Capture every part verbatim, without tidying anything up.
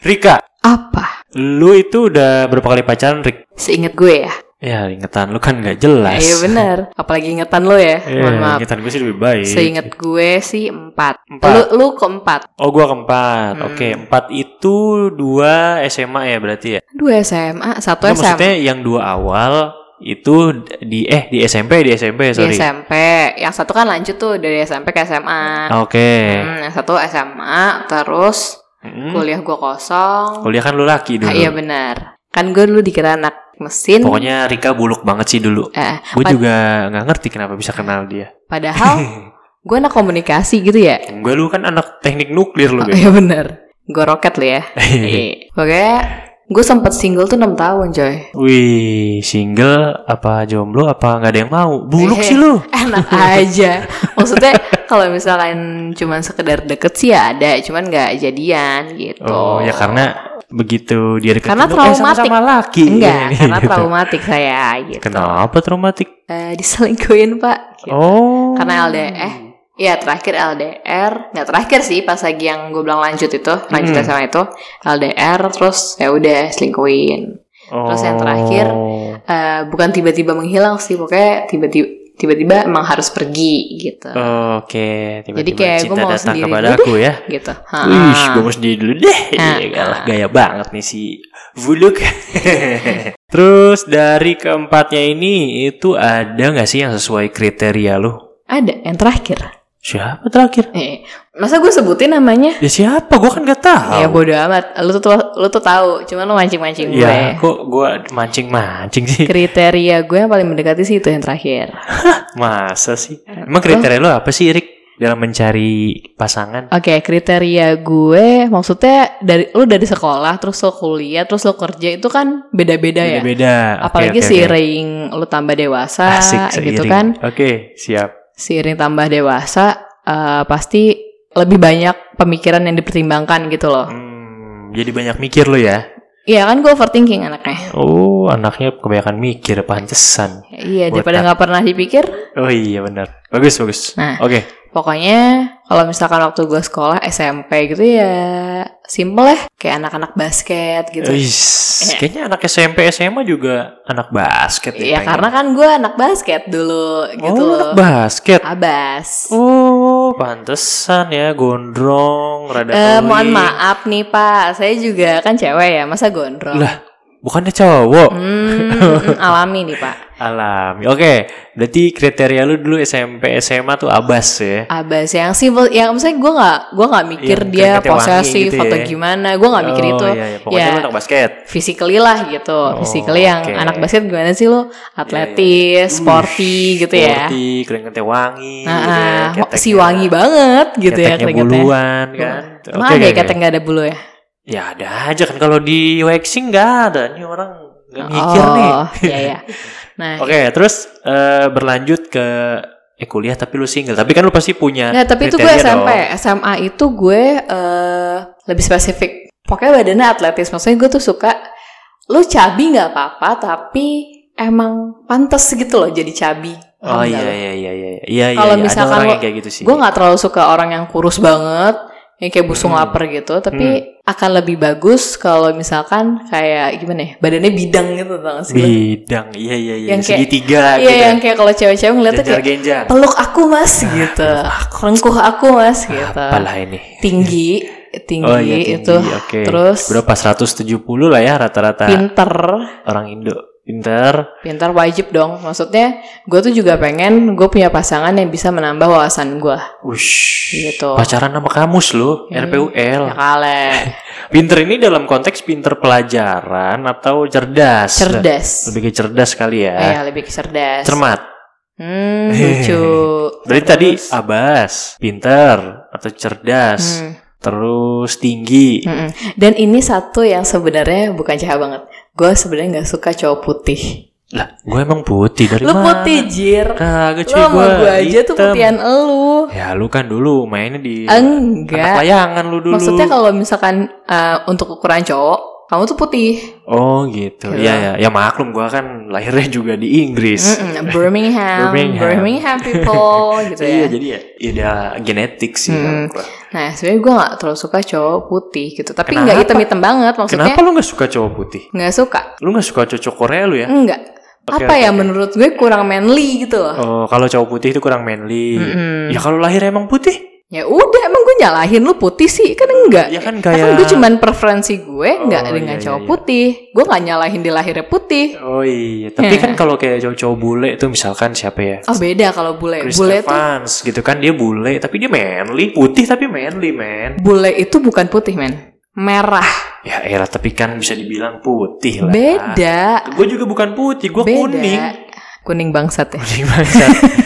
Rika, Apa? lu itu udah berapa kali pacaran, Rik? Seinget gue ya? Ya, ingetan lu kan gak jelas. Iya benar. Apalagi ingetan lo ya. Iya, Mohon maaf. ingetan gue sih lebih baik. Seinget gue sih empat. Empat. Lu lu keempat. Oh, gua keempat. Hmm. Oke, empat itu dua S M A ya berarti ya? Dua S M A, satu Nggak, S M A. maksudnya yang dua awal itu di eh di S M P, di S M P, Di sorry. S M P. Yang satu kan lanjut tuh dari S M P ke S M A. Oke. Hmm, yang satu S M A, terus Hmm. kuliah gue kosong. Kuliah kan lu laki dulu. Ah, iya benar. Kan gue dulu dikira anak mesin. Pokoknya Rika buluk banget sih dulu. Eh, Gue pad- juga nggak ngerti kenapa bisa kenal dia. Padahal gue anak komunikasi gitu ya. Gue lu kan anak teknik nuklir lu, Oh, Beb. iya benar. Gue roket lo ya. Iya. Pokoknya gue sempet single tuh enam tahun coy. Wih, single apa jomblo apa nggak ada yang mau? Buluk Eh, sih lu. Enak aja. Maksudnya kalau misalkan cuman sekedar deket sih ya ada, cuman nggak jadian gitu. Oh, ya karena begitu dia deketin Karena lu, eh, traumatik. sama-sama laki. Enggak, Iya, karena gitu. traumatik saya gitu. Kenapa traumatik? Eh, diselingkuhin pak. Gitu. Oh. Karena L D R. Eh, ya terakhir L D R. Nggak terakhir sih pas lagi yang gue bilang lanjut itu, lanjut Hmm. sama itu L D R, terus ya udah selingkuhin. Terus yang terakhir, eh, bukan tiba-tiba menghilang sih, pokoknya tiba-tiba tiba-tiba emang harus pergi gitu. Oke, tiba-tiba Jadi kayak gue cinta mau datang sendiri kepadaku ya. gitu. Wih, gue mau sendiri dulu deh. Ah. Iya, galah, gaya banget nih si Vuluk. Terus dari keempatnya ini itu ada nggak sih yang sesuai kriteria lu? Ada yang terakhir. Siapa terakhir? Eh, masa gue sebutin namanya? Ya siapa? Gue kan gak tahu. Ya bodo amat. Lu tuh lu tuh tahu. Cuman lu mancing-mancing gue. Ya, kok gue mancing-mancing sih? Kriteria gue yang paling mendekati sih itu yang terakhir. Masa sih? Emang kriteria lu apa sih, Rick? Dalam mencari pasangan? Oke, kriteria gue maksudnya dari lu dari sekolah terus lu kuliah terus lu kerja itu kan beda-beda ya. Beda-beda. Oke, Apalagi oke, oke. seiring lu tambah dewasa Asik, gitu seiring. kan. Oke, siap. Seiring tambah dewasa uh, pasti lebih banyak pemikiran yang dipertimbangkan gitu loh. Hmm, jadi banyak mikir lu ya? Iya kan gue overthinking anaknya. Oh, anaknya kebanyakan mikir, pantesan. Iya, Botak. daripada nggak pernah dipikir. Oh iya benar. Bagus, bagus. Nah. Oke. Pokoknya kalau misalkan waktu gue sekolah S M P gitu ya simple ya, kayak anak-anak basket gitu. Wis, kayaknya anak S M P S M A juga anak basket deh, Iya pengen. karena kan gue anak basket dulu gitu Oh, loh. anak basket. Abas. Oh, pantesan ya, gondrong, rada Eh, pelit. mohon maaf nih Pak, saya juga kan cewek ya, masa gondrong? Lah, bukannya cowok. Hmm, mm, alami nih Pak. Alami. Oke, berarti kriteria lu dulu S M P S M A tuh abas ya. Abas yang simple, yang misalnya gue nggak, gue nggak mikir Yang dia keringetnya wangi posesif gitu atau ya. gimana, gue nggak mikir oh, itu. Iya, iya. Pokoknya lu anak basket. Physically lah gitu, Oh, physically yang oke. anak basket gimana sih lo? Atletis, sporty gitu ya. Sporty, keringetnya wangi. Nah, gitu ya, ah, keteknya- si wangi banget gitu ya keteknya keringetnya. buluan kan. Emang Oke, ada ya oke, ketek oke. nggak ada bulu ya? Ya ada aja kan, kalau di waxing nggak ada. Ini orang nggak mikir nih. Oh, iya ya. Nah, Oke, terus eh, berlanjut ke eh kuliah tapi lu single. Tapi kan lu pasti punya nah, tapi itu gue kriteria S M P, dong. S M A itu gue eh, lebih spesifik. Pokoknya badannya atletis. Maksudnya gue tuh suka lu cabi nggak apa-apa, tapi emang pantas gitu loh jadi cabi. Oh Paham nggak iya lo? iya iya iya. Iya iya. Kalau iya. misalkan ada orang lo- yang kayak gitu sih. Gue nggak terlalu suka orang yang kurus banget, yang kayak busung Hmm. lapar gitu. Tapi akan lebih bagus kalau misalkan kayak gimana ya, badannya bidang gitu, tau gak sih lo? Bidang. Iya iya iya. Yang kayak- segitiga Iya, gitu. yang kayak kalau cewek-cewek ngeliatnya kayak genjar-genjar. peluk aku mas gitu, rengkuh aku mas gitu. Apalah ini. Tinggi, tinggi, Oh iya tinggi. itu, Oke. terus berapa seratus tujuh puluh lah ya rata-rata pinter, orang Indo. Pinter. pinter wajib dong. Maksudnya gue tuh juga pengen gue punya pasangan yang bisa menambah wawasan gue. Wush. Gitu. Pacaran sama kamus lu, R P U L. Ya kale, Pinter ini dalam konteks pinter pelajaran atau cerdas? cerdas. Lebih ke cerdas kali ya. Ya lebih ke cerdas. Cermat. Hmm, lucu. Berarti tadi Terus, abas, pinter atau cerdas, hmm, terus tinggi. mm-mm. Dan ini satu yang sebenarnya bukan jahat banget. Gue sebenarnya nggak suka cowok putih. Lah, gue emang putih dari Lu mana? putih jir. Kagak cuy, Lu sama gue gue aja tuh hitam. putihan elu. Ya lu kan dulu mainnya di Enggak. anak layangan lu dulu. Maksudnya kalau misalkan uh, untuk ukuran cowok, kamu tuh putih. Oh gitu. Gitu. Iya ya. Ya maklum gue kan lahirnya juga di Inggris. Mm-mm, Birmingham, Birmingham. Birmingham people gitu Iya ya. jadi ya, ya udah genetik sih Mm. kalau gua. Nah sebenarnya gue nggak terlalu suka cowok putih gitu, tapi Kenapa? nggak hitam-hitam banget maksudnya. Kenapa lu nggak suka cowok putih? Nggak suka. Lu nggak suka cowok Korea lu ya? Enggak. Oke, Apa oke, ya oke. menurut gue kurang manly gitu loh. Oh, kalau cowok putih itu kurang manly. Mm-mm. Ya kalau lahir emang putih. Ya udah, emang gue nyalahin lu putih sih kan enggak. Ya kan Kan kayak gue cuman preferensi gue nggak Oh, dengan iya, cowok iya, iya. putih. Gue nggak nyalahin di lahirnya putih. Oh iya, tapi kan kalau kayak cowok-cowok bule itu misalkan siapa ya? Oh beda kalau bule. Chris Bule tuh Evans gitu kan, dia bule tapi dia manly, putih tapi manly, man. bule itu bukan putih men, merah. Ya elah, tapi kan bisa dibilang putih lah. Beda. Gue juga bukan putih, gue Beda. kuning. Kuning bangsat ya. Kuning banget.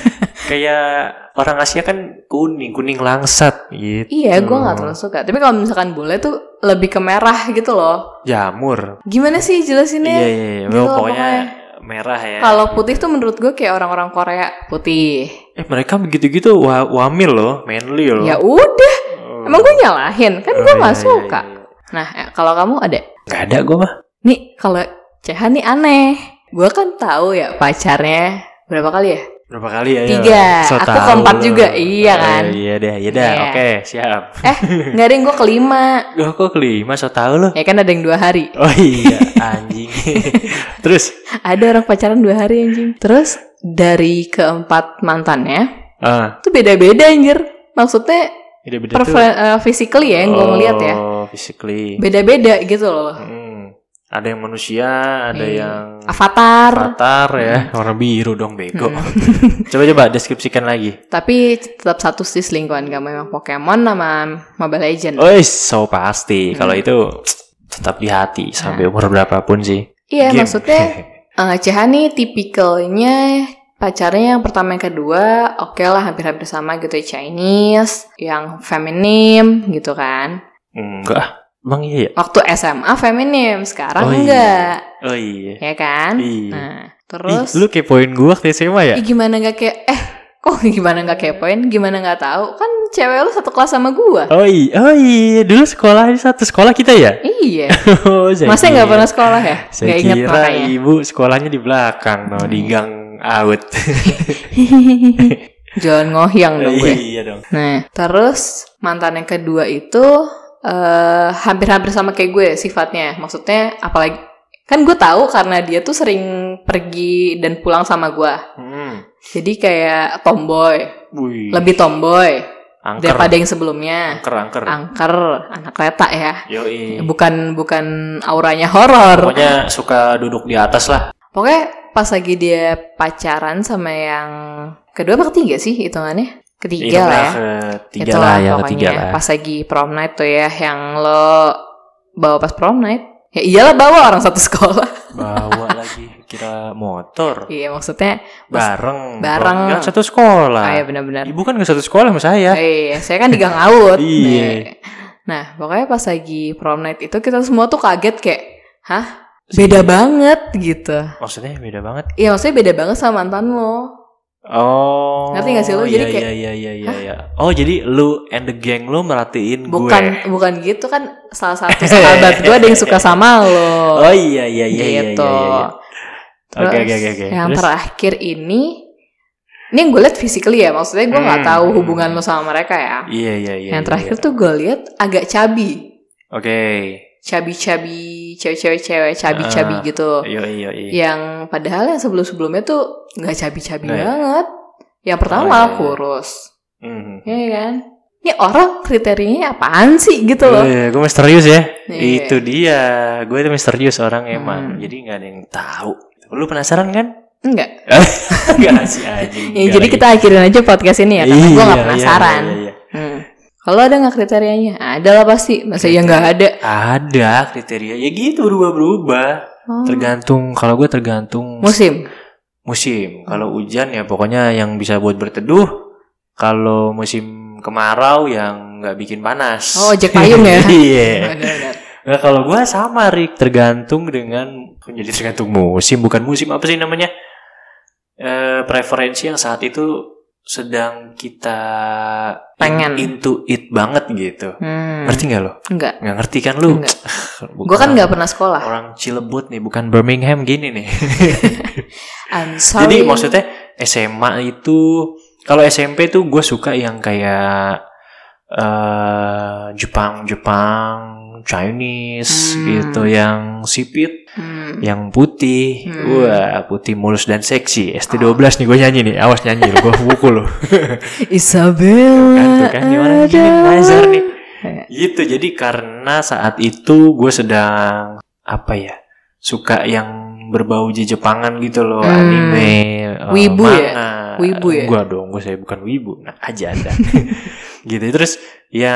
Kayak orang Asia kan kuning, kuning langsat gitu. Iya, gue nggak terlalu suka. Tapi kalau misalkan bule tuh lebih ke merah gitu loh. Jamur. Gimana sih jelasinnya? Iya iya, iya. Gitu Oh, loh, pokoknya merah ya. Kalau putih tuh menurut gue kayak orang-orang Korea putih. Eh mereka begitu-gitu wa- wamil loh, manly loh. Ya udah, Oh. emang gue nyalahin kan Oh, gue iya, nggak iya, suka. iya, iya. Nah, eh, kalau kamu ada? Gak ada gue mah. Nih, kalau Cehan nih aneh. Gue kan tahu ya pacarnya berapa kali ya? Berapa kali ya? Tiga. So Aku tau keempat lo. juga, iya kan? Oh, iya deh, iya dah. Iya. Oke, siap. Eh, nggak ada yang gue kelima. Gue kok kelima, so tau lo. Ya kan ada yang dua hari. Oh iya, anjing. Terus? Ada orang pacaran dua hari anjing. Terus dari keempat mantannya Ah, tuh beda-beda anjir. Maksudnya beda-beda tuh. prefer- eh, physically ya yang gue ngeliat ya. Oh, physically. Beda-beda gitu loh. Hmm. Ada yang manusia, ada Iya. yang Avatar. avatar ya, warna biru dong bego. Coba-coba deskripsikan lagi. Tapi tetap satu sih selingkuhan kamu emang Pokemon sama Mobile Legends. Oh, so pasti. Kalau itu tetap di hati sampai umur berapapun sih. Iya, Game. maksudnya uh, Cehan nih tipikalnya pacarnya yang pertama yang kedua oke lah hampir-hampir sama gitu ya, Chinese, yang feminim gitu kan. Enggak. Emang iya ya? Waktu S M A feminim, sekarang Oh, iya. enggak. Oh iya. Ya kan? Iya. Nah, terus Ih, lu kepoin gua waktu S M A ya? ih, gimana nggak kayak eh kok gimana nggak kepoin? Gimana nggak tahu? Kan cewek lu satu kelas sama gua. Oh iya, oh iya, dulu sekolah di satu sekolah kita ya? Iya. Oh, saya Masa nggak kira- pernah sekolah ya? Saya Nggak inget kira makanya. ibu sekolahnya di belakang, no, di gang out. Jangan ngohyang dong gue. Iya dong. Nah, terus mantan yang kedua itu eh, hampir-hampir sama kayak gue sifatnya. Maksudnya apalagi kan gue tahu karena dia tuh sering pergi dan pulang sama gue. Hmm. Jadi kayak tomboy, Wih. lebih tomboy Angker. daripada yang sebelumnya. Angker, angker. Angker, anak kereta ya. Yoi. Bukan bukan auranya horor. Pokoknya suka duduk di atas lah. Pokoknya pas lagi dia pacaran sama yang kedua apa ketiga sih hitungannya? Ketiga lah ya. Ketiga Itulah lah ya, pokoknya ketiga lah. pas lagi prom night tuh ya yang lo bawa pas prom night. Ya iyalah bawa orang satu sekolah. Bawa lagi, kira motor. Iya maksudnya pas- Bareng. bareng. Kan satu sekolah. Ah, iya benar-benar. Ibu kan gak satu sekolah sama saya. Iya, saya kan di Gang Aut. Iya. Nah, pokoknya pas lagi prom night itu kita semua tuh kaget kayak, "Hah? Beda banget gitu." Maksudnya beda banget. Iya, maksudnya beda banget sama mantan lo. Oh. Ngerti gak sih lu? Jadi iya, kayak- iya, iya, iya, iya. Oh, jadi lu and the gang lu merhatiin Bukan gue. bukan gitu kan salah satu sahabat gue ada yang suka sama lo. Oh iya, iya, iya, iya, gitu. iya, iya. Terus Oke, oke, oke, oke. yang Terus? terakhir ini, ini yang gue liat physically ya, maksudnya gue nggak Hmm. tahu hubungan lo sama mereka ya. Iya, iya, iya. yang iya, terakhir iya. tuh gue liat agak cabi, Oke. cabi-cabi, cewek-cewek cewek cabi-cabi Ah, gitu. Iya, iya, iya. Yang padahal yang sebelum-sebelumnya tuh nggak cabi-cabi Nggak ya? banget. Yang pertama Oh, malah iya, iya. kurus, Mhm. ya kan? Ini orang kriterianya apaan sih gitu loh? Iya, gue misterius ya. Iya. Itu dia. Gue itu misterius orang emang. Hmm. Jadi nggak ada yang tahu. Lu penasaran kan? Enggak. Enggak sih anjing. Ya, Nggak jadi lagi. kita akhirin aja podcast ini ya, karena gue Iya, nggak iya, penasaran. iya, iya. Hmm. Kalau ada nggak kriterianya? Ada lah pasti. Masa ya nggak ada? Ada kriteria. Ya gitu berubah-berubah. Oh. Tergantung. Kalau gue tergantung Musim. musim. Kalau hujan ya pokoknya yang bisa buat berteduh. Kalau musim kemarau yang nggak bikin panas. Oh, ojek payung ya? Iya. Benar-benar. Nah, kalau gue sama Rick, tergantung dengan jadi tergantung musim, bukan musim apa sih namanya? Eh, preferensi yang saat itu sedang kita Pengen. into it banget gitu. Hmm. Ngerti nggak lo? Enggak. Nggak ngerti kan lu? Enggak. Bukan Gue kan nggak pernah sekolah. orang Cilebut nih, bukan Birmingham gini nih. I'm sorry. Jadi maksudnya S M A itu, kalau S M P tuh gue suka yang kayak uh, Jepang Jepang Chinese Hmm. gitu, yang sipit, Hmm. yang putih, Hmm. wah putih mulus dan seksi. S T dua belas nih gue nyanyi nih, awas nyanyi lo, gue pukul lo. Isabella. Kan tuh kan di orang gini Nazar nih. Iya. Gitu, jadi karena saat itu gue sedang apa ya, suka yang berbau Jepangan gitu loh, Hmm. anime, uh, Wibu ya? manga. Wibu ya? Gua dong, gue saya bukan wibu, nah aja ada. Gitu terus ya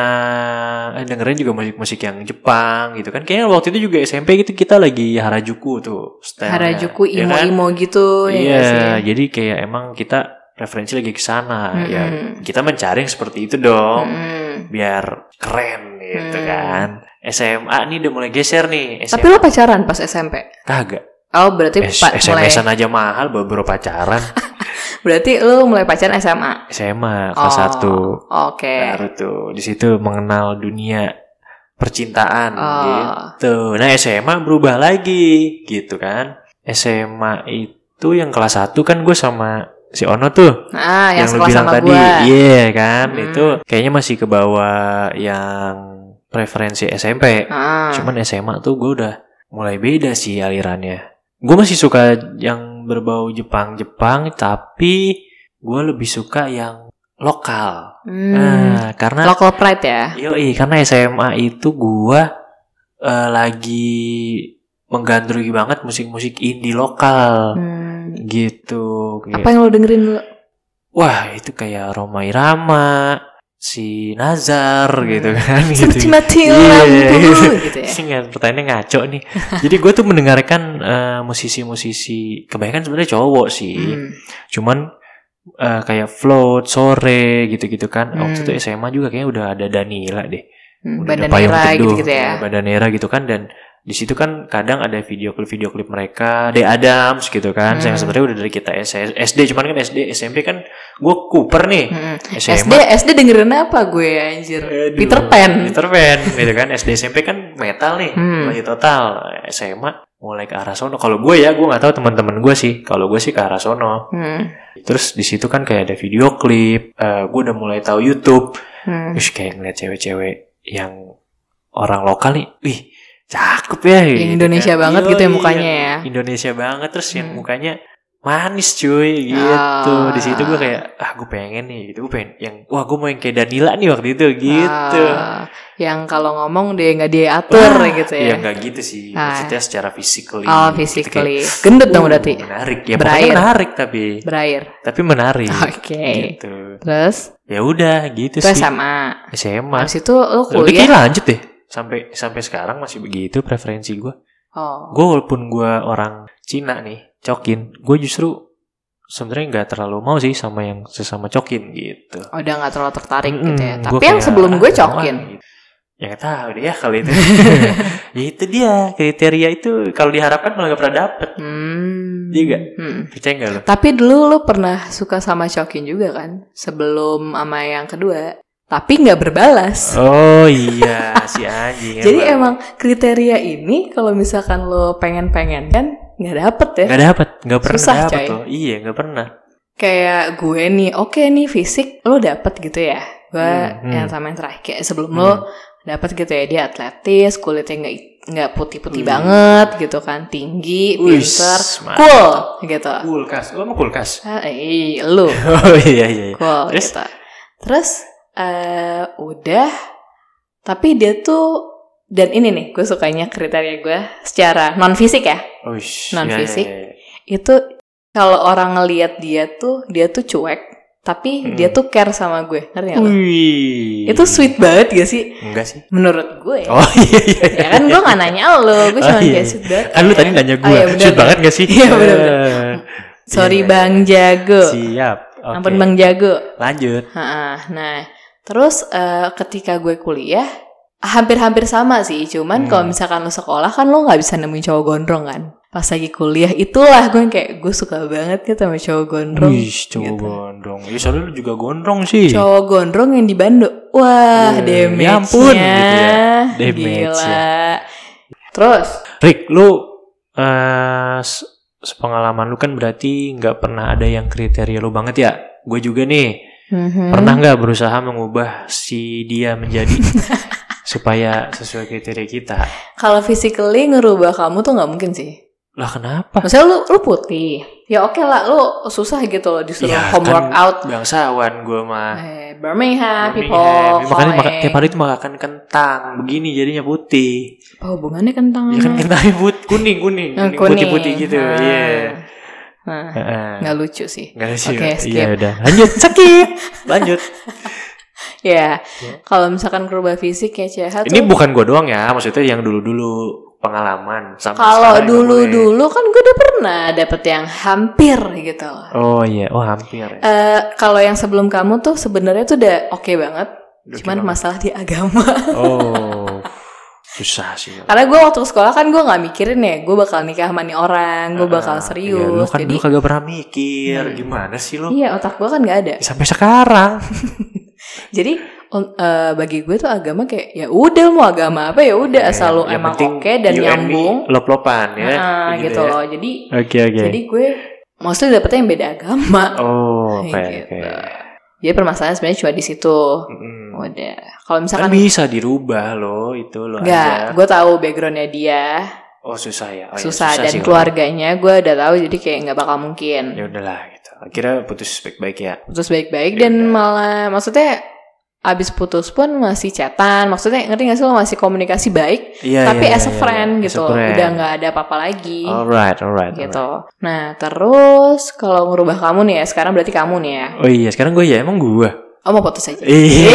eh, dengerin juga musik-musik yang Jepang gitu kan. Kayaknya waktu itu juga S M P gitu kita lagi Harajuku tuh style-nya, Harajuku ya kan? imo-imo gitu ya Iya, nggak sih? jadi kayak emang kita referensi lagi ke sana. Mm-mm. Ya kita mencari yang seperti itu dong, Mm-mm. biar keren gitu Hmm. kan. S M A nih udah mulai geser nih. S M A Tapi lo pacaran pas S M P? kagak. Oh berarti S- pa- mulai S M S-an aja mahal baru pacaran. berarti lo mulai pacaran S M A. S M A kelas Oh, satu. Oke. Baru tuh di situ mengenal dunia percintaan Oh. gitu. Nah, S M A berubah lagi gitu kan. S M A itu yang kelas satu kan gue sama si Ono tuh. Nah, yang, Yang lu sekelas bilang sama tadi, gue. iya kan. Hmm. Itu kayaknya masih ke bawah yang preferensi S M P. Ah. Cuman S M A tuh gue udah mulai beda sih alirannya. Gue masih suka yang berbau Jepang-Jepang, tapi gue lebih suka yang lokal. Hmm. Nah, karena Local pride ya. yoi, karena S M A itu gue uh, lagi menggandrungi banget musik-musik indie lokal. Hmm. Gitu. Kayak, Apa yang lo dengerin dulu? wah, itu kayak Rhoma Irama, si Nazar Hmm. gitu kan. Seperti gitu. mati Iya, lampu gitu ya. Sih nggak, pertanyaannya ngaco nih. Jadi gue tuh mendengarkan uh, musisi-musisi, kebanyakan sebenarnya cowok sih. Hmm. Cuman uh, kayak Float, Sore gitu-gitu kan. Hmm. Waktu itu S M A juga kayaknya udah ada Danila deh. Hmm, Udah ada Payung Bandanera Teduh, gitu-gitu ya. Bandanera gitu kan. Dan di situ kan kadang ada video klip video klip mereka, The Adams gitu kan. Hmm. Yang sebenarnya udah dari kita S D, cuman kan S D, S M P kan gue Cooper nih. Hmm. S S M D A S D dengerin apa gue anjir? Aduh, Peter Pan. Peter Pan gitu kan. S D S M P kan metal nih, Hmm. lagi total. S M A mulai ke arah sono. Kalau gue ya, gue nggak tahu teman-teman gue sih. Kalau gue sih ke arah sono. Hmm. Terus di situ kan kayak ada video klip. Eh, gue udah mulai tahu YouTube. Hmm. Terus kayak ngeliat cewek-cewek yang orang lokal nih, wih cakep ya. Yang gitu Indonesia kan. banget gitu ya Yoi, mukanya yang ya. Indonesia banget. Terus yang Hmm. mukanya manis cuy gitu. Ah. Di situ gue kayak ah gue pengen nih gitu. Gue pengen yang wah gue mau yang kayak Danila nih waktu itu gitu. Ah, yang kalau ngomong dia nggak diatur Wah, gitu ya. Iya nggak gitu sih. Ah. Maksudnya secara physically. Oh, gitu, physically. kayak, Gendut dong uh, berarti. Menarik ya. Berair. Pokoknya menarik tapi. Berair. Tapi menarik. Oke. Gitu. Terus Ya udah gitu itu sih. S M A. S M A. Habis itu lo Tapi kuliah. kayak lanjut deh. Sampai sampai sekarang masih begitu preferensi gue. Oh. Gue walaupun gue orang Cina nih, cokin, gue justru sebenarnya nggak terlalu mau sih sama yang sesama cokin gitu. Oh, udah nggak terlalu tertarik Mm-mm, gitu ya. gua Tapi yang kayak, sebelum gue ah, cokin. mau ah, gitu. Ya nggak tahu deh ya kalau itu. Ya itu dia kriteria itu kalau diharapkan malah nggak pernah dapet. Hmm. Iya nggak? Hmm. Percaya nggak lo? Tapi dulu lo pernah suka sama cokin juga kan? Sebelum sama yang kedua. Tapi nggak berbalas. Oh iya si anjing. Jadi emang kriteria ini kalau misalkan lo pengen-pengen kan nggak dapet ya. nggak dapet, nggak pernah Susah, dapet coy. loh. Iya nggak pernah. Kayak gue nih, oke nih fisik lo dapet gitu ya. Gue Hmm, hmm. yang sama yang terakhir kayak sebelum Hmm. lo dapet gitu ya, dia atletis, kulitnya nggak nggak putih-putih Hmm. banget gitu kan, tinggi, Wih, pinter, mantap. cool gitu. Kulkas, lo mau kulkas? Ah, eh, lu Oh iya iya. iya. cool Terus? gitu. Terus eh udah, tapi dia tuh dan ini nih gue sukanya kriteria gue secara non fisik ya. Uish, Non iya, fisik. iya, iya. Itu kalau orang ngelihat dia tuh dia tuh cuek, tapi Hmm. dia tuh care sama gue, ngerti nggak lo? Wih. Itu sweet banget gak sih? Enggak sih. Menurut gue. Oh iya iya. Ya kan gue gak nanya lo, gue Oh, cuma iya. kayak sweet banget. Kan lu tadi nanya Oh, gue, iya, bener, sweet bener. banget gak sih? Iya, bener, bener. Eh, Sorry iya, Bang Jago. Siap. Oke. Ampun Bang Jago. Lanjut. Ha-ha. Nah, terus eh, ketika gue kuliah hampir-hampir sama sih. Cuman Hmm. kalau misalkan lo sekolah kan lo nggak bisa nemuin cowok gondrong kan. Pas lagi kuliah itulah gue yang kayak gue suka banget gitu sama cowok gondrong. Wih, cowok gitu. gondrong. Ya soalnya lu juga gondrong sih. Cowok gondrong yang di Bandung. Wah, Eh, damage-nya. ya ampun, gitu ya. Damage-nya. Gila. Terus, Rick, lu eh s- sepengalaman lu kan berarti nggak pernah ada yang kriteria lu banget ya. Gue juga nih. Mhm. Pernah nggak berusaha mengubah si dia menjadi supaya sesuai kriteria kita? Kalau physically ngerubah kamu tuh nggak mungkin sih. Lah kenapa? Maksudnya lu lu putih, ya oke lah, lu susah gitu loh disuruh Ya home kan workout. bangsawan gue mah. Eh, Birmingham, people. Birmingham. Makanya maka, calling. tiap hari itu makan kentang begini jadinya putih. Apa hubungannya kentang? Ya kan kentangnya but kuning kuning, Hmm, kuning kuning. putih-putih gitu. Iya. Ah. Yeah. Nah, Heeh. nggak lucu sih. Nggak sih. Oke, skip. Iya udah. Lanjut sakit. Lanjut. Ya, kalau misalkan kerubah fisik ya C H tuh. Ini bukan gue doang ya, maksudnya yang dulu-dulu pengalaman sampai Kalau sekarang nggak boleh. dulu-dulu kan gue udah pernah dapet yang hampir gitu. Oh iya, oh hampir ya. Eh, kalau yang sebelum kamu tuh sebenarnya tuh udah oke banget. Udah Cuman gimana? masalah di agama. Oh, susah sih. Karena gue waktu sekolah kan gue nggak mikirin ya, gue bakal nikah sama nih orang, gue bakal Ah, serius. iya, lu kan Jadi dulu kagak pernah mikir, gimana sih lo? iya, otak gue kan nggak ada. Sampai sekarang. Jadi um, eh, bagi gue tuh agama kayak ya udah mau agama apa ya udah asal lu Yang emang penting oke dan you and me nyambung. lop-lopan ya. Ah, Kayak gitu ya. loh. Jadi Oke oke. jadi gue maksudnya dapetnya yang beda agama. Oh, oke Kayak oke. gitu. Jadi permasalahan sebenarnya cuma di situ. Mm-mm. Udah. Kalau Kan misalkan bisa dirubah loh itu lo enggak, aja. gue tahu backgroundnya dia Oh susah ya. Oh, ya, susah, dan sih, keluarganya gue udah tahu jadi kayak nggak bakal mungkin. Ya udahlah gitu. Akhirnya putus baik-baik ya. Putus baik-baik Ya dan udah. malah maksudnya abis putus pun masih chatan, maksudnya ngerti gak sih lo masih komunikasi baik, Iya, tapi iya, as a iya, friend iya. gitu, As a friend. udah nggak ada apa-apa lagi, Alright, alright. gitu. alright. Nah terus kalau ngerubah kamu nih ya, sekarang berarti kamu nih ya, Oh iya, sekarang gue ya emang gue. oh mau putus aja.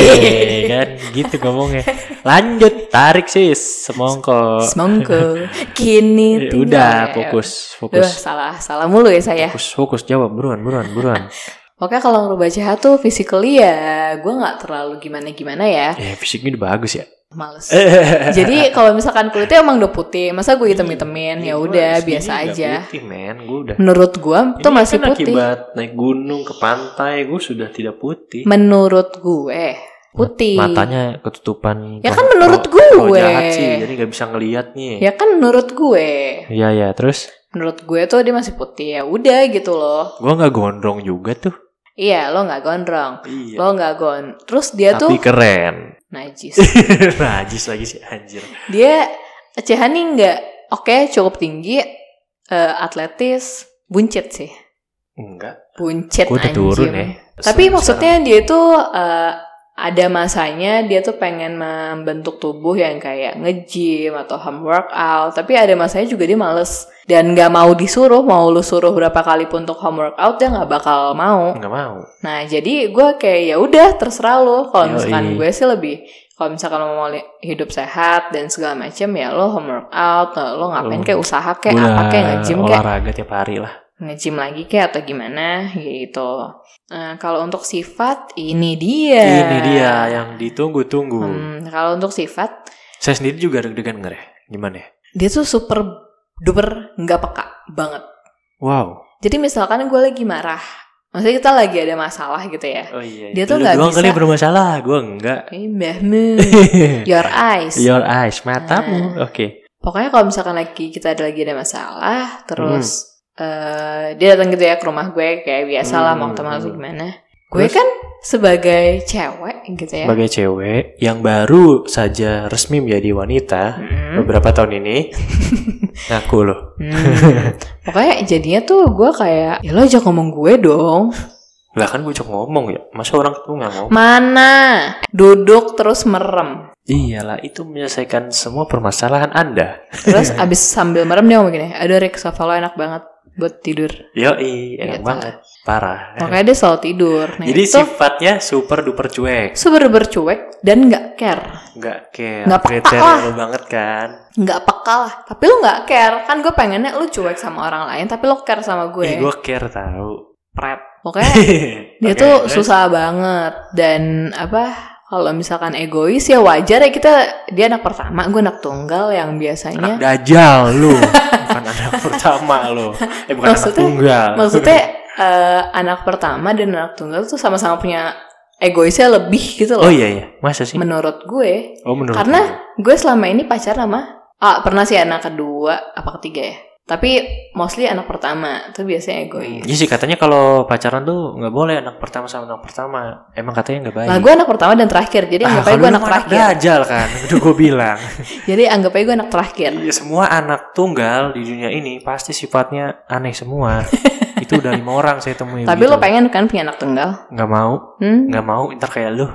Iya kan gitu ngomongnya. Lanjut, tarik sis semongko. Semongko, kini Ya, tinggal udah ya. fokus, Duh, fokus. salah, salah mulu ya saya. Fokus, fokus jawab buruan, buruan, buruan. Pokoknya kalau ngerubah C H tuh physically ya, gue nggak terlalu gimana-gimana ya, Ya fisiknya udah bagus ya. males. Jadi kalau misalkan kulitnya emang udah putih, masa gue hitam-hitamin, ya udah biasa aja. Putih men, gue udah. Menurut gue tuh Ini masih kan putih. akibat naik gunung ke pantai, gue sudah tidak putih. Menurut gue putih. Matanya ketutupan. Ya kan Kalau- menurut kalau gue. jahat sih, jadi nggak bisa ngelihat nih. Ya kan menurut gue. Iya ya, terus Menurut gue tuh dia masih putih, ya udah gitu loh. gue nggak gondrong juga tuh. Iya, lo nggak gondrong. Iya. Lo nggak gon. Terus dia Tapi tuh keren. najis. Najis lagi sih anjir. Dia C H nih nggak oke, cukup tinggi, eh, atletis, buncit sih. Enggak. Buncit Gue udah anjing. turun ya. Tapi Sekarang. maksudnya dia tuh eh, ada masanya dia tuh pengen membentuk tubuh yang kayak nge-gym atau home workout. Tapi ada masanya juga dia males. Dan gak mau disuruh, mau lu suruh berapa kali pun untuk home workout dia gak bakal mau. Nggak mau. Nah jadi gue kayak ya udah terserah lu. Kalau Yoi. misalkan gue sih lebih, kalau misalkan lo mau li- hidup sehat dan segala macam ya lo home workout, lo ngapain Oh. kayak usaha kayak Gua apa udah kayak nge-gym kayak olahraga tiap hari lah. nge-gym lagi kayak atau gimana gitu. Nah, kalau untuk sifat ini dia. Ini dia yang ditunggu-tunggu. Hmm, kalau untuk sifat Saya sendiri juga deg-degan nggak ya? Gimana ya? dia tuh super duper nggak peka banget. Wow. Jadi misalkan gue lagi marah, maksudnya kita lagi ada masalah gitu ya. Oh iya. Dia tuh Lu nggak doang bisa- kali bermasalah, gue enggak. Eh mbahmu, your eyes. Your eyes, matamu. Nah. Oke. Pokoknya kalau misalkan lagi kita ada lagi ada masalah, terus Hmm. eh, dia datang gitu ya ke rumah gue kayak biasa lah mau Hmm, ketemu atau hmm. gimana. Gue Terus? kan sebagai cewek gitu ya. Sebagai cewek yang baru saja resmi menjadi wanita Hmm. beberapa tahun ini, ngaku loh. Hmm. Pokoknya jadinya tuh gue kayak ya lo ajak ngomong gue dong. Lah kan gue cuma ngomong ya, masa orang tuh nggak ngomong? Mana duduk terus merem. Iyalah, itu menyelesaikan semua permasalahan Anda. Terus abis sambil merem dia ngomong gini, aduh Rick sofa lo enak banget buat tidur. Yoi, enak Gitu. banget, parah. Makanya dia selalu tidur. Nah, Jadi itu sifatnya super duper cuek, super bercuek dan nggak care. nggak care, Nggak peka kriteria lah. lo banget kan? Nggak peka lah. Tapi lo nggak care. Kan gue pengennya lo cuek sama orang lain, tapi lo care sama gue. Eh, gue care tahu. Pret. Pokoknya dia Oke, tuh terus? susah banget. Dan apa, kalau misalkan egois ya wajar ya kita, dia anak pertama, gue anak tunggal yang biasanya. Anak dajal lu, bukan anak pertama lu. Eh bukan Maksudnya- anak tunggal. Maksudnya eh, anak pertama dan anak tunggal tuh sama-sama punya egoisnya lebih gitu loh. Oh iya iya, masa sih? Menurut gue. Oh menurut Karena gue selama ini pacaran sama, ah pernah sih anak kedua, apa ketiga ya? Tapi mostly anak pertama tuh biasanya egois. Iya sih katanya kalau pacaran tuh nggak boleh anak pertama sama anak pertama. Emang katanya nggak baik. Lah gue anak pertama dan terakhir, jadi anggap ah, aja gue anak terakhir. Dajal kan, udah gue bilang. Jadi anggap aja gue anak terakhir. Iya, semua anak tunggal di dunia ini pasti sifatnya aneh semua. Itu udah lima orang saya temuin. Tapi gitu. Lo pengen kan punya anak tunggal? Nggak mau, hmm? nggak mau. Ntar kayak lu.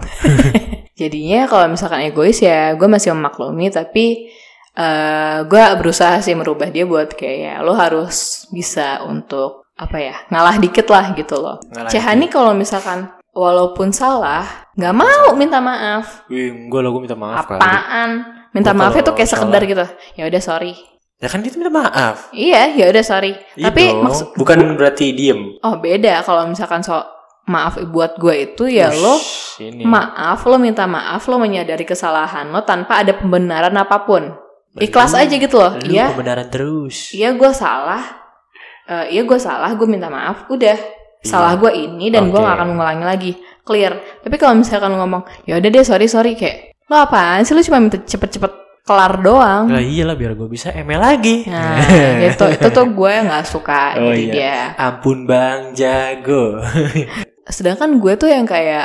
Jadinya kalau misalkan egois ya gue masih memaklumi, tapi Uh, gue berusaha sih merubah dia buat kayak lo harus bisa untuk apa ya ngalah dikit lah gitu loh. Cehani kalau misalkan walaupun salah nggak mau minta maaf. Wih, gue lah gue minta maaf. Apaan? Kali. Minta gua maafnya tuh kayak sekedar salah. Gitu. Ya udah sorry. Ya kan dia minta maaf. Iya, ya udah sorry. Iya tapi maksud bukan berarti diem. Oh beda kalau misalkan so maaf buat gue itu ya Ush, lo ini. Maaf lo minta maaf lo menyadari kesalahan lo tanpa ada pembenaran apapun. Ikhlas aja gitu loh. Iya. Kebenaran terus. Iya gue salah. Uh, iya gue salah. Gue minta maaf. Udah. Iya. Salah gue ini dan okay. gue gak akan mengulangi lagi. Clear. Tapi kalau misalkan ngomong, ya udah deh sorry sorry kayak lo apaan sih lo cuma minta cepet-cepet kelar doang. Lah iyalah biar gue bisa M L lagi. Nah gitu. Itu tuh gue nggak suka. Oh iya. Dia. Ampun bang jago. Sedangkan gue tuh yang kayak.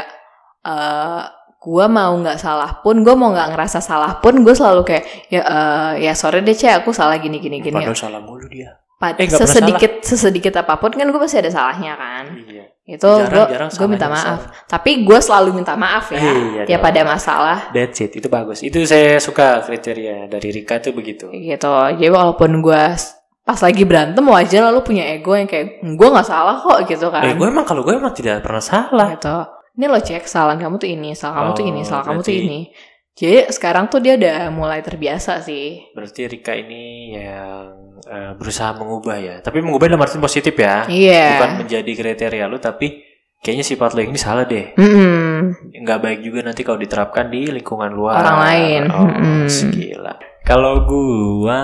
Uh, gue mau nggak salah pun, gue mau nggak ngerasa salah pun, gue selalu kayak ya uh, ya sorry deh Cek, aku salah gini gini gini. Padahal salah mulu dia. Pad- eh, sesedikit sesedikit apapun kan gue pasti ada salahnya kan. Iya. Itu gue gue minta maaf. Salah. Tapi gue selalu minta maaf ya. Eh, iya ya dong. Pada masalah. That's it. Itu bagus. Itu saya suka kriteria dari Rika tuh begitu. Gitu. Jadi walaupun gue pas lagi berantem wajar lalu punya ego yang kayak gue nggak salah kok gitu kan. Eh gue emang kalau gue emang tidak pernah salah. Gitu. Ini lo Cek, kesalahan kamu tuh ini, salah kamu oh, tuh ini, salah berarti, kamu tuh ini. Jadi sekarang tuh dia udah mulai terbiasa sih. Berarti Rika ini yang uh, berusaha mengubah ya. Tapi mengubah dalam arti positif ya. Iya. Yeah. Bukan menjadi kriteria lu, tapi kayaknya sifat lo ini salah deh. Mm-hmm. Nggak baik juga nanti kalau diterapkan di lingkungan luar. Orang lain. Oh, mm-hmm. Gila. Kalau gua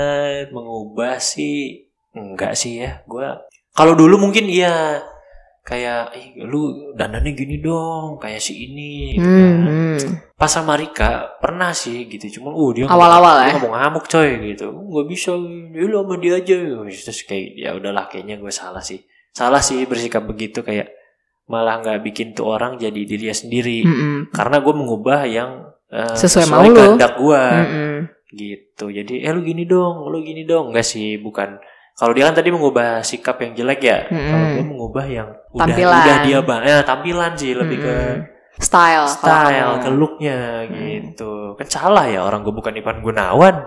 mengubah sih, enggak sih ya. Gua kalau dulu mungkin iya. Kayak, eh, lu dandannya gini dong, kayak si ini, gitu kan. Hmm. Pas sama Rika pernah sih gitu, cuman, uh dia awal-awal dia ya, ngomong ngamuk coy gitu, nggak bisa, ya lu sama dia aja, terus kayak ya udahlah kayaknya gue salah sih, salah sih bersikap begitu kayak malah nggak bikin tuh orang jadi dirinya sendiri, mm-mm. karena gue mengubah yang uh, sesuai, sesuai kehendak gue, mm-mm. gitu. Jadi, eh lu gini dong, lu gini dong, enggak sih, bukan. Kalau dia kan tadi mengubah sikap yang jelek ya. Hmm. Kalau gue mengubah yang udah, tampilan. udah dia bang, ya tampilan sih lebih hmm. ke style, style, ke looknya hmm. gitu. Kan salah ya orang gue bukan Ivan Gunawan.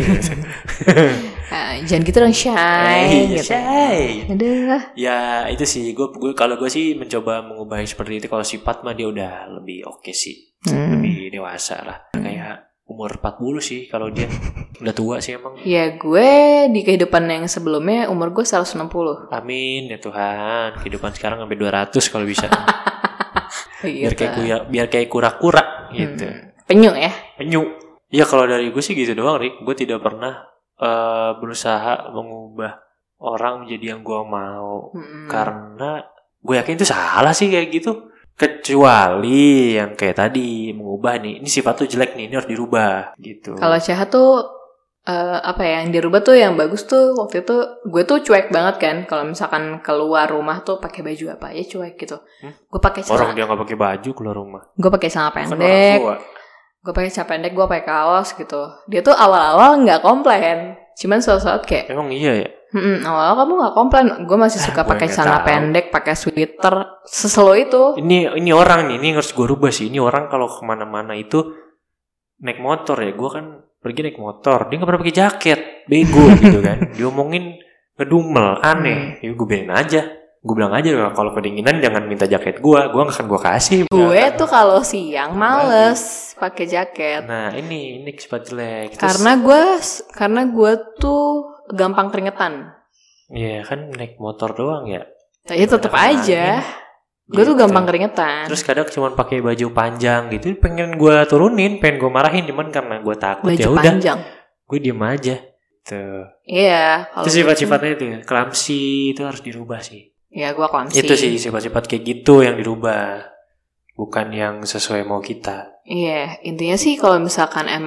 Nah, jangan gitu dong Shay. Eh, gitu. Shay. Aduh. Ya itu sih gue, gue kalau gue sih mencoba mengubah seperti itu. Kalau sifat mah dia udah lebih oke okay sih, hmm. lebih dewasa lah. Kayak umur empat puluh sih kalau dia udah tua sih emang. Ya gue di kehidupan yang sebelumnya umur gue seratus enam puluh. Amin ya Tuhan. Kehidupan sekarang sampai dua ratus kalau bisa. Gitu. Biar kayak kuya, biar kayak kura-kura gitu. Hmm. Penyu ya? Penyu. Ya kalau dari gue sih gitu doang Rik. Gue tidak pernah uh, berusaha mengubah orang menjadi yang gue mau. Hmm. Karena gue yakin itu salah sih kayak gitu. Kecuali yang kayak tadi mengubah nih, ini sifat tuh jelek nih, ini harus dirubah gitu. Kalau Cah tuh uh, apa ya yang dirubah tuh yang bagus tuh waktu itu gue tuh cuek banget kan. Kalau misalkan keluar rumah tuh pakai baju apa aja cuek gitu. Hmm? Gue pakai celana. Orang dia nggak pakai baju keluar rumah. Gue pakai celana pendek. Gue pakai celana pendek, gue pakai kaos gitu. Dia tuh awal-awal nggak komplain, cuman suatu-suatu kayak. Emang iya ya. Hmm, awal kamu nggak komplain, gue masih suka eh, pakai celana pendek, pakai sweater, seselo itu. Ini ini orang nih, ini harus gue rubah sih. Ini orang kalau kemana-mana itu naik motor ya, gue kan pergi naik motor, dia nggak pernah pakai jaket, bego gitu kan. Diomongin ngedumel, aneh. Ya gue biarin aja, gue bilang aja kalau kedinginan jangan minta jaket gue, gue nggak akan gue kasih. Gue ya. Tuh kalau siang males pakai jaket. Nah ini ini sifat jelek. Terus, karena gue karena gue tuh gampang keringetan. Iya kan naik motor doang ya. Tapi tetep aja. Gue gitu. Tuh gampang keringetan. Terus kadang cuma pakai baju panjang gitu, pengen gue turunin, pengen gue marahin, cuman karena gue takut ya udah. Gue diem aja. Tuh. Iya. Itu sifat-sifatnya itu, clumsy itu harus dirubah sih. Iya gue clumsy. Itu sih sifat-sifat kayak gitu yang dirubah, bukan yang sesuai mau kita. Iya intinya sih kalau misalkan emang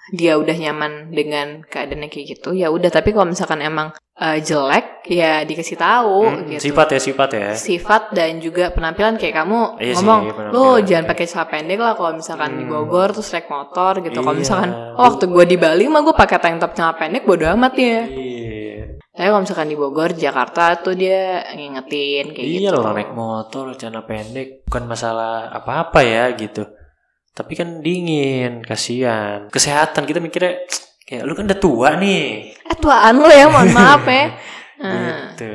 dia udah nyaman dengan keadaannya kayak gitu, ya udah. Tapi kalau misalkan emang uh, jelek, ya dikasih tahu hmm, gitu. Sifat ya, sifat ya. Sifat dan juga penampilan kayak kamu iya ngomong, sih, lo jangan pakai celana pendek lah kalau misalkan hmm. di Bogor terus naik motor gitu. Kalau iya. misalkan oh, waktu gue di Bali mah gue pakai tank top celana pendek bodo amat ya. Iya. Tapi kalau misalkan di Bogor, Jakarta tuh dia ngingetin kayak iya, gitu. Iya, orang naik motor celana pendek bukan masalah apa-apa ya gitu. Tapi kan dingin, kasihan. Kesehatan kita mikirnya kayak lu kan udah tua nih. Eh tuaan lu ya, mohon maaf ya. Gitu.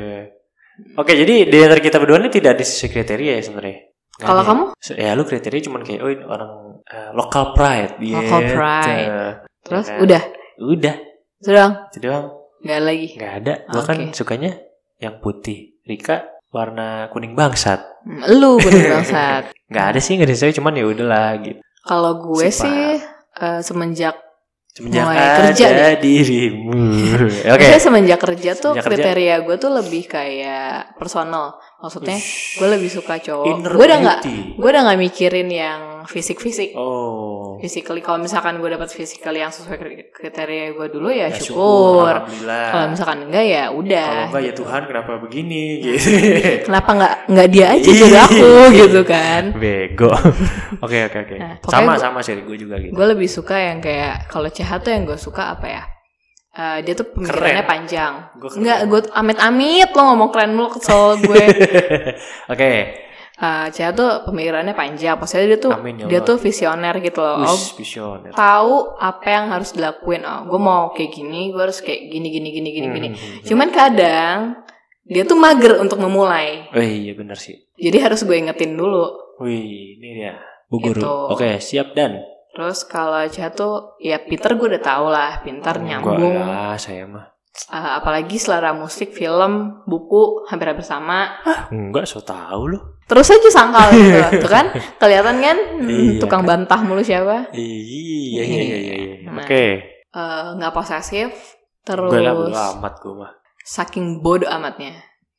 Oke, jadi di antara kita berdua ini tidak ada sesuai kriteria ya sebenarnya. Kalau kamu? Ya lu kriteria cuman kayak oh ini orang uh, local pride. Local gitu. Pride. Terus ya kan? udah. Udah. Itu doang. Itu doang. Gak lagi. Gak ada. Gue okay. kan sukanya yang putih. Rika warna kuning bangsat. Lu kuning bangsat. Gak ada sih, gak ada sesuai, cuman ya udahlah gitu. Kalau gue Sifat. sih uh, semenjak semenjak mulai ada kerja dirimu. Oke. Okay. Semenjak kerja tuh semenjak kriteria kerja. gue tuh lebih kayak personal. Maksudnya gue lebih suka cowok. Inner gue udah nggak, beauty. gue udah nggak mikirin yang fisik-fisik. Oh. Physically, kalau misalkan gue dapat physically yang sesuai kriteria gue dulu ya, ya syukur. Kalau misalkan enggak ya udah. Kalau enggak ya Tuhan kenapa begini gitu. Kenapa nggak nggak dia aja jadi aku gitu kan? Bego. Oke oke oke. Sama gua, sama sih gue juga gitu. Gue lebih suka yang kayak kalau C H tuh yang gue suka apa ya? Uh, dia tuh pemikirannya keren. Panjang. Enggak, gue amit-amit lo ngomong keren mulu, kesel gue. Oke. Okay. Uh, Cia tuh pemikirannya panjang, maksudnya dia tuh Amin, ya dia tuh visioner gitu loh. Ush, visioner. Tahu apa yang harus dilakuin. Oh, gue mau kayak gini, gue harus kayak gini gini gini gini hmm, gini. Hmm, Cuman kadang dia tuh mager untuk memulai. Oh iya benar sih. Jadi harus gue ingetin dulu. Wih, ini dia. Bu Guru. Gitu. Oke, siap dan. Terus kalau Cia tuh ya Peter gue udah tahu lah, pintar nyambung. Enggak lah, saya mah. Uh, apalagi selera musik, film, buku hampir-hampir sama. Hah, enggak, so tahu loh. Terus aja sangkal gitu, tuh kan? Kelihatan kan? Hmm, iya, tukang kan? Bantah mulu siapa? Iya, iya, iya, iya. Nah, Oke. Okay. Uh, nggak posesif, terus. Gue lah bodo amat gue mah. Saking bodo amatnya.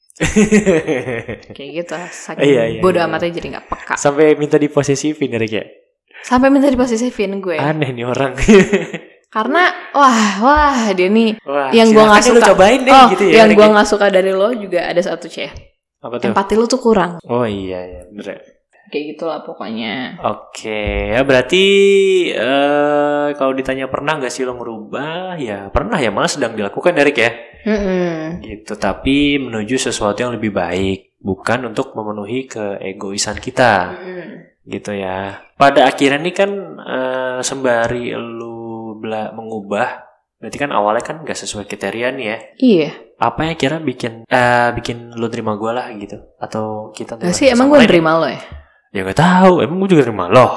Kayak gitu, saking iya, iya, bodo iya. amatnya jadi nggak peka. Sampai minta diposesifin ya, kayak. Sampai minta diposesifin gue. Aneh nih orang. Karena wah wah dia nih wah, yang gue nggak suka. Cobain deh, oh, gitu ya, yang gue nggak suka dari lo juga ada satu C. Apa tuh? Empati lo tuh kurang. Oh iya ya bener. Kayak gitulah pokoknya. Oke, ya berarti uh, kalau ditanya pernah nggak sih lo merubah? Ya pernah ya, malah sedang dilakukan Derek ya. Mm-mm. Gitu, tapi menuju sesuatu yang lebih baik, bukan untuk memenuhi keegoisan kita. Mm-mm. Gitu ya. Pada akhirnya nih kan uh, sembari lo bela- mengubah, berarti kan awalnya kan nggak sesuai kriteria nih ya. Iya. Apa yang kira bikin uh, bikin lo terima gue lah gitu, atau kita? Gak sih, emang gue terima lo ya? Ya gak tahu, emang gue juga terima lo.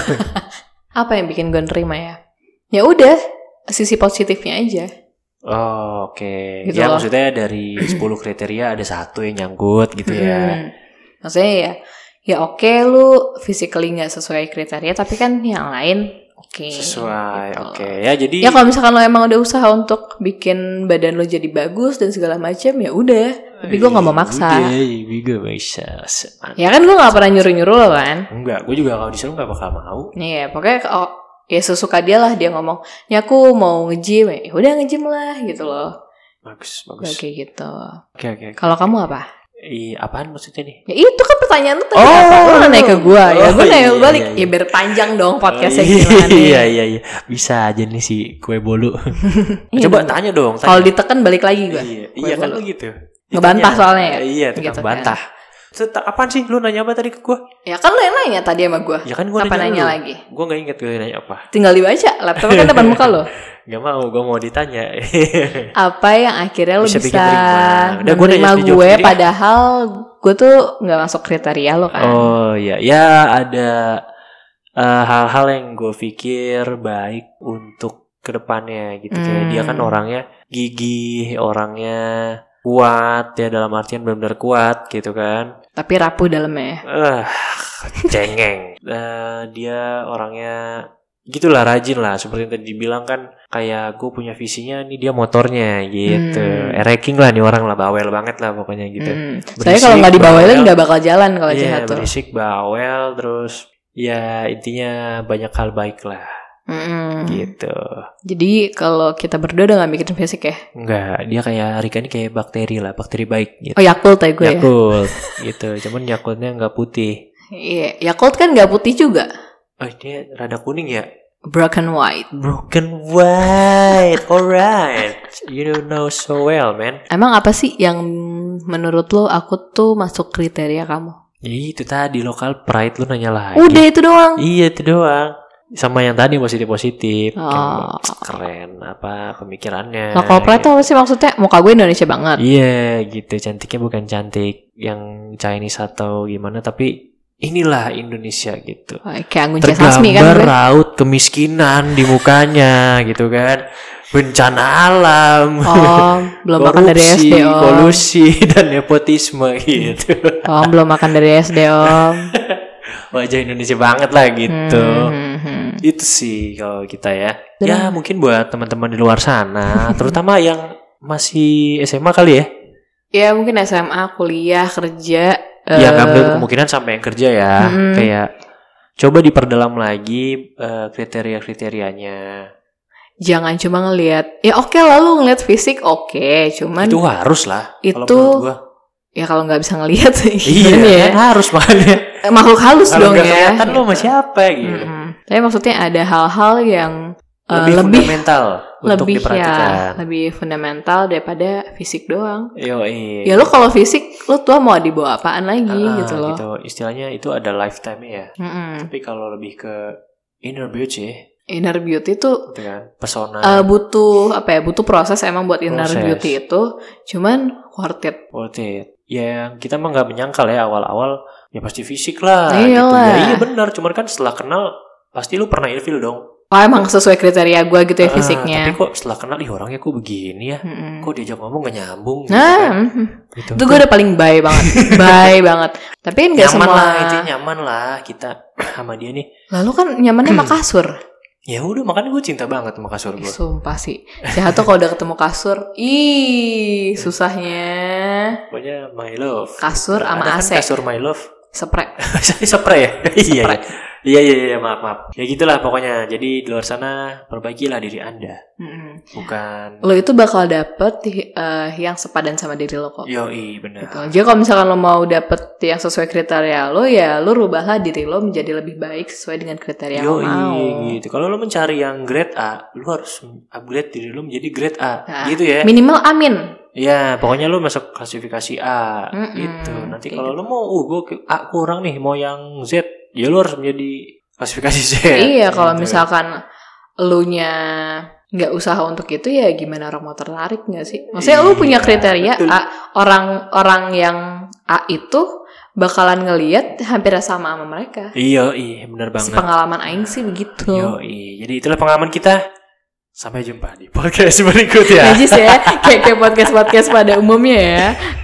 Apa yang bikin gue nerima ya? Ya udah, sisi positifnya aja. Oh, oke. Okay. Gitu ya loh. Maksudnya dari sepuluh kriteria ada satu yang nyangkut gitu ya. Hmm. Maksudnya ya, ya oke okay, lu physically gak sesuai kriteria, tapi kan yang lain oke. Okay, sesuai, gitu. Oke. Okay. Ya jadi. Ya kalau misalkan lo emang udah usaha untuk bikin badan lo jadi bagus dan segala macam, ya udah. Tapi gue nggak mau maksa. Gue gak bisa. Ya kan gue nggak pernah nyuruh-nyuruh lo kan. Enggak, gue juga kalau disuruh nggak bakal mau. Iya, pokoknya oh, ya sesuka dia lah, dia ngomong, ya aku mau nge-gym, ya udah nge-gym lah gitu loh. Bagus, bagus. Kayak gitu. Oke, oke. Kalau kamu apa? Iya, apaan maksudnya nih? Ya itu kan pertanyaan tuh tadi oh, apa? Lo nanya ke gue, ya oh, gue nanya iya, balik. iya, iya. Ya biar panjang dong podcastnya oh, iya, gimana. Iya, iya, iya. Bisa aja nih si kue bolu. Coba tanya dong. Kalau ditekan balik lagi gue. Iya, iya kan lo gitu. Ngebantah soalnya ya? Iya, tukang gitu, bantah. Kan? Apaan sih? Lu nanya apa tadi ke gue? Ya kan lu yang nanya tadi sama gue. Ya kan gue nanya, nanya lu. lagi? Gue gak inget gue nanya apa. Tinggal dibaca, laptopnya kan depan muka lo. Gak mau, gue mau ditanya. Apa yang akhirnya lu bisa, bisa Udah, menerima gue, gue padahal gue tuh gak masuk kriteria lo kan? Oh iya, ya ada uh, hal-hal yang gue pikir baik untuk kedepannya gitu. Hmm. Kayak dia kan orangnya gigih, orangnya kuat ya, dalam artian benar-benar kuat gitu kan. Tapi rapuh dalamnya. Eh, uh, cengeng. uh, dia orangnya gitulah, rajin lah. Seperti yang tadi dibilang kan, kayak gue punya visinya nih, dia motornya gitu. Hmm. Ereking lah nih orang lah, bawel banget lah pokoknya gitu. Hmm. Saya kalau nggak dibawelin nggak bakal jalan kalau yeah, jahat tuh. Berisik, bawel, terus ya intinya banyak hal baik lah. Mm-mm. Gitu. Jadi kalau kita berdua udah gak mikirin fisik ya? Enggak, dia kayak Rika ini kayak bakteri lah, bakteri baik gitu. Oh Yakult ya gue ya? Yakult gitu, cuman Yakultnya nggak putih. Iya, Yakult kan gak putih juga. Oh dia rada kuning ya? Broken white. Broken white, alright. You don't know so well, man. Emang apa sih yang menurut lo aku tuh masuk kriteria kamu? Ya itu tadi local pride, lu nanya lagi. Udah itu doang. Iya itu doang. Sama yang tadi positif-positif. Oh. Keren apa pemikirannya. Local pride tuh apa sih maksudnya? Muka gue Indonesia banget. Iya gitu, cantiknya bukan cantik yang Chinese atau gimana, tapi inilah Indonesia gitu. Oh, kayak Anggun C. Sasmi kan. Tergambar raut kemiskinan di mukanya gitu kan. Bencana alam. Oh, belum makan dari S D Om. Kolusi dan nepotisme gitu. Oh, belum makan dari S D Om. Wajah Indonesia banget lah gitu. Hmm, hmm. Itu sih kalau kita ya. Bener. Ya mungkin buat teman-teman di luar sana, terutama yang masih S M A kali ya. Ya mungkin S M A, kuliah, kerja. Ya uh, nggak uh, kemungkinan sampai yang kerja ya. Hmm. Kayak coba diperdalam lagi uh, kriteria-kriterianya. Jangan cuma ngelihat. Ya oke okay, lalu ngelihat fisik oke, okay, cuman itu harus lah. Itu kalau menurut gua. Ya kalau nggak bisa ngelihat sih. Iya ya? Kan harus makanya. Makhluk halus Kalau dong gak ya. kelihatan lo sama siapa gitu. Mm-hmm. Tapi maksudnya ada hal-hal yang uh, lebih, lebih fundamental untuk lebih diperhatikan. Ya, lebih fundamental daripada fisik doang. Yo, iya. Ya lo kalau fisik lo tua mau dibawa apaan lagi ah, gitu loh. Gitu. Istilahnya itu ada lifetime ya. Mm-mm. Tapi kalau lebih ke inner beauty, inner beauty tuh gitu kan, pesona. Uh, butuh apa ya? Butuh proses emang buat inner Proses. beauty itu. Cuman worth it. Worth it. Ya kita mah nggak menyangkal ya awal-awal ya pasti fisik lah. Iyalah. Gitu. Ya iya benar. Cuman kan setelah kenal pasti lu pernah ilfil dong. Oh emang sesuai kriteria gue gitu ya Ah, fisiknya. Tapi kok setelah kenal ih orangnya kok begini ya. Mm-mm. Kok diajak ngomong gak nyambung gitu Nah, kan. mm, Gitu. itu gue udah paling bye banget, bye banget. Tapi kan nggak Nyaman semua. lah, itu nyaman lah kita sama dia nih. Lalu kan nyamannya sama kasur. Ya udah makanya gue cinta banget sama kasur gue. Sumpah sih. Saya tuh kalau udah ketemu kasur, ih susahnya. Pokoknya my love. Kasur sama Ada A C. kan kasur my love. Spray. Spray ya? Iya. Spray. Iya iya iya maaf maaf. Ya gitulah pokoknya. Jadi di luar sana perbaikilah diri Anda. Mm-mm. Bukan. Lo itu bakal dapet uh, yang sepadan sama diri lo kok. Yoi benar. Gitu. Jadi kalau misalkan lo mau dapet yang sesuai kriteria lo, ya lo rubahlah diri lo menjadi lebih baik sesuai dengan kriteria yang lo mau. Yoi gitu. Kalau lo mencari yang grade A, lo harus upgrade diri lo menjadi grade A. Nah, gitu ya. Minimal amin. Ya pokoknya lo masuk klasifikasi A. Mm-mm. Gitu. Nanti Kayak kalau gitu. lo mau, uh gue A kurang nih, mau yang Z, ya lo harus menjadi klasifikasi Z. Iya, kalau Gitu. misalkan elunya nggak usaha untuk itu, ya gimana orang mau tertarik nggak sih? Maksudnya lu Iya, punya kriteria betul. A, orang-orang yang A itu bakalan ngelihat hampir sama sama mereka. Iya, iya benar banget. Pengalaman aing sih begitu. Yo, iya. Jadi itulah pengalaman kita. Sampai jumpa di podcast berikutnya. Najis ya, kayak kayak podcast podcast pada umumnya ya.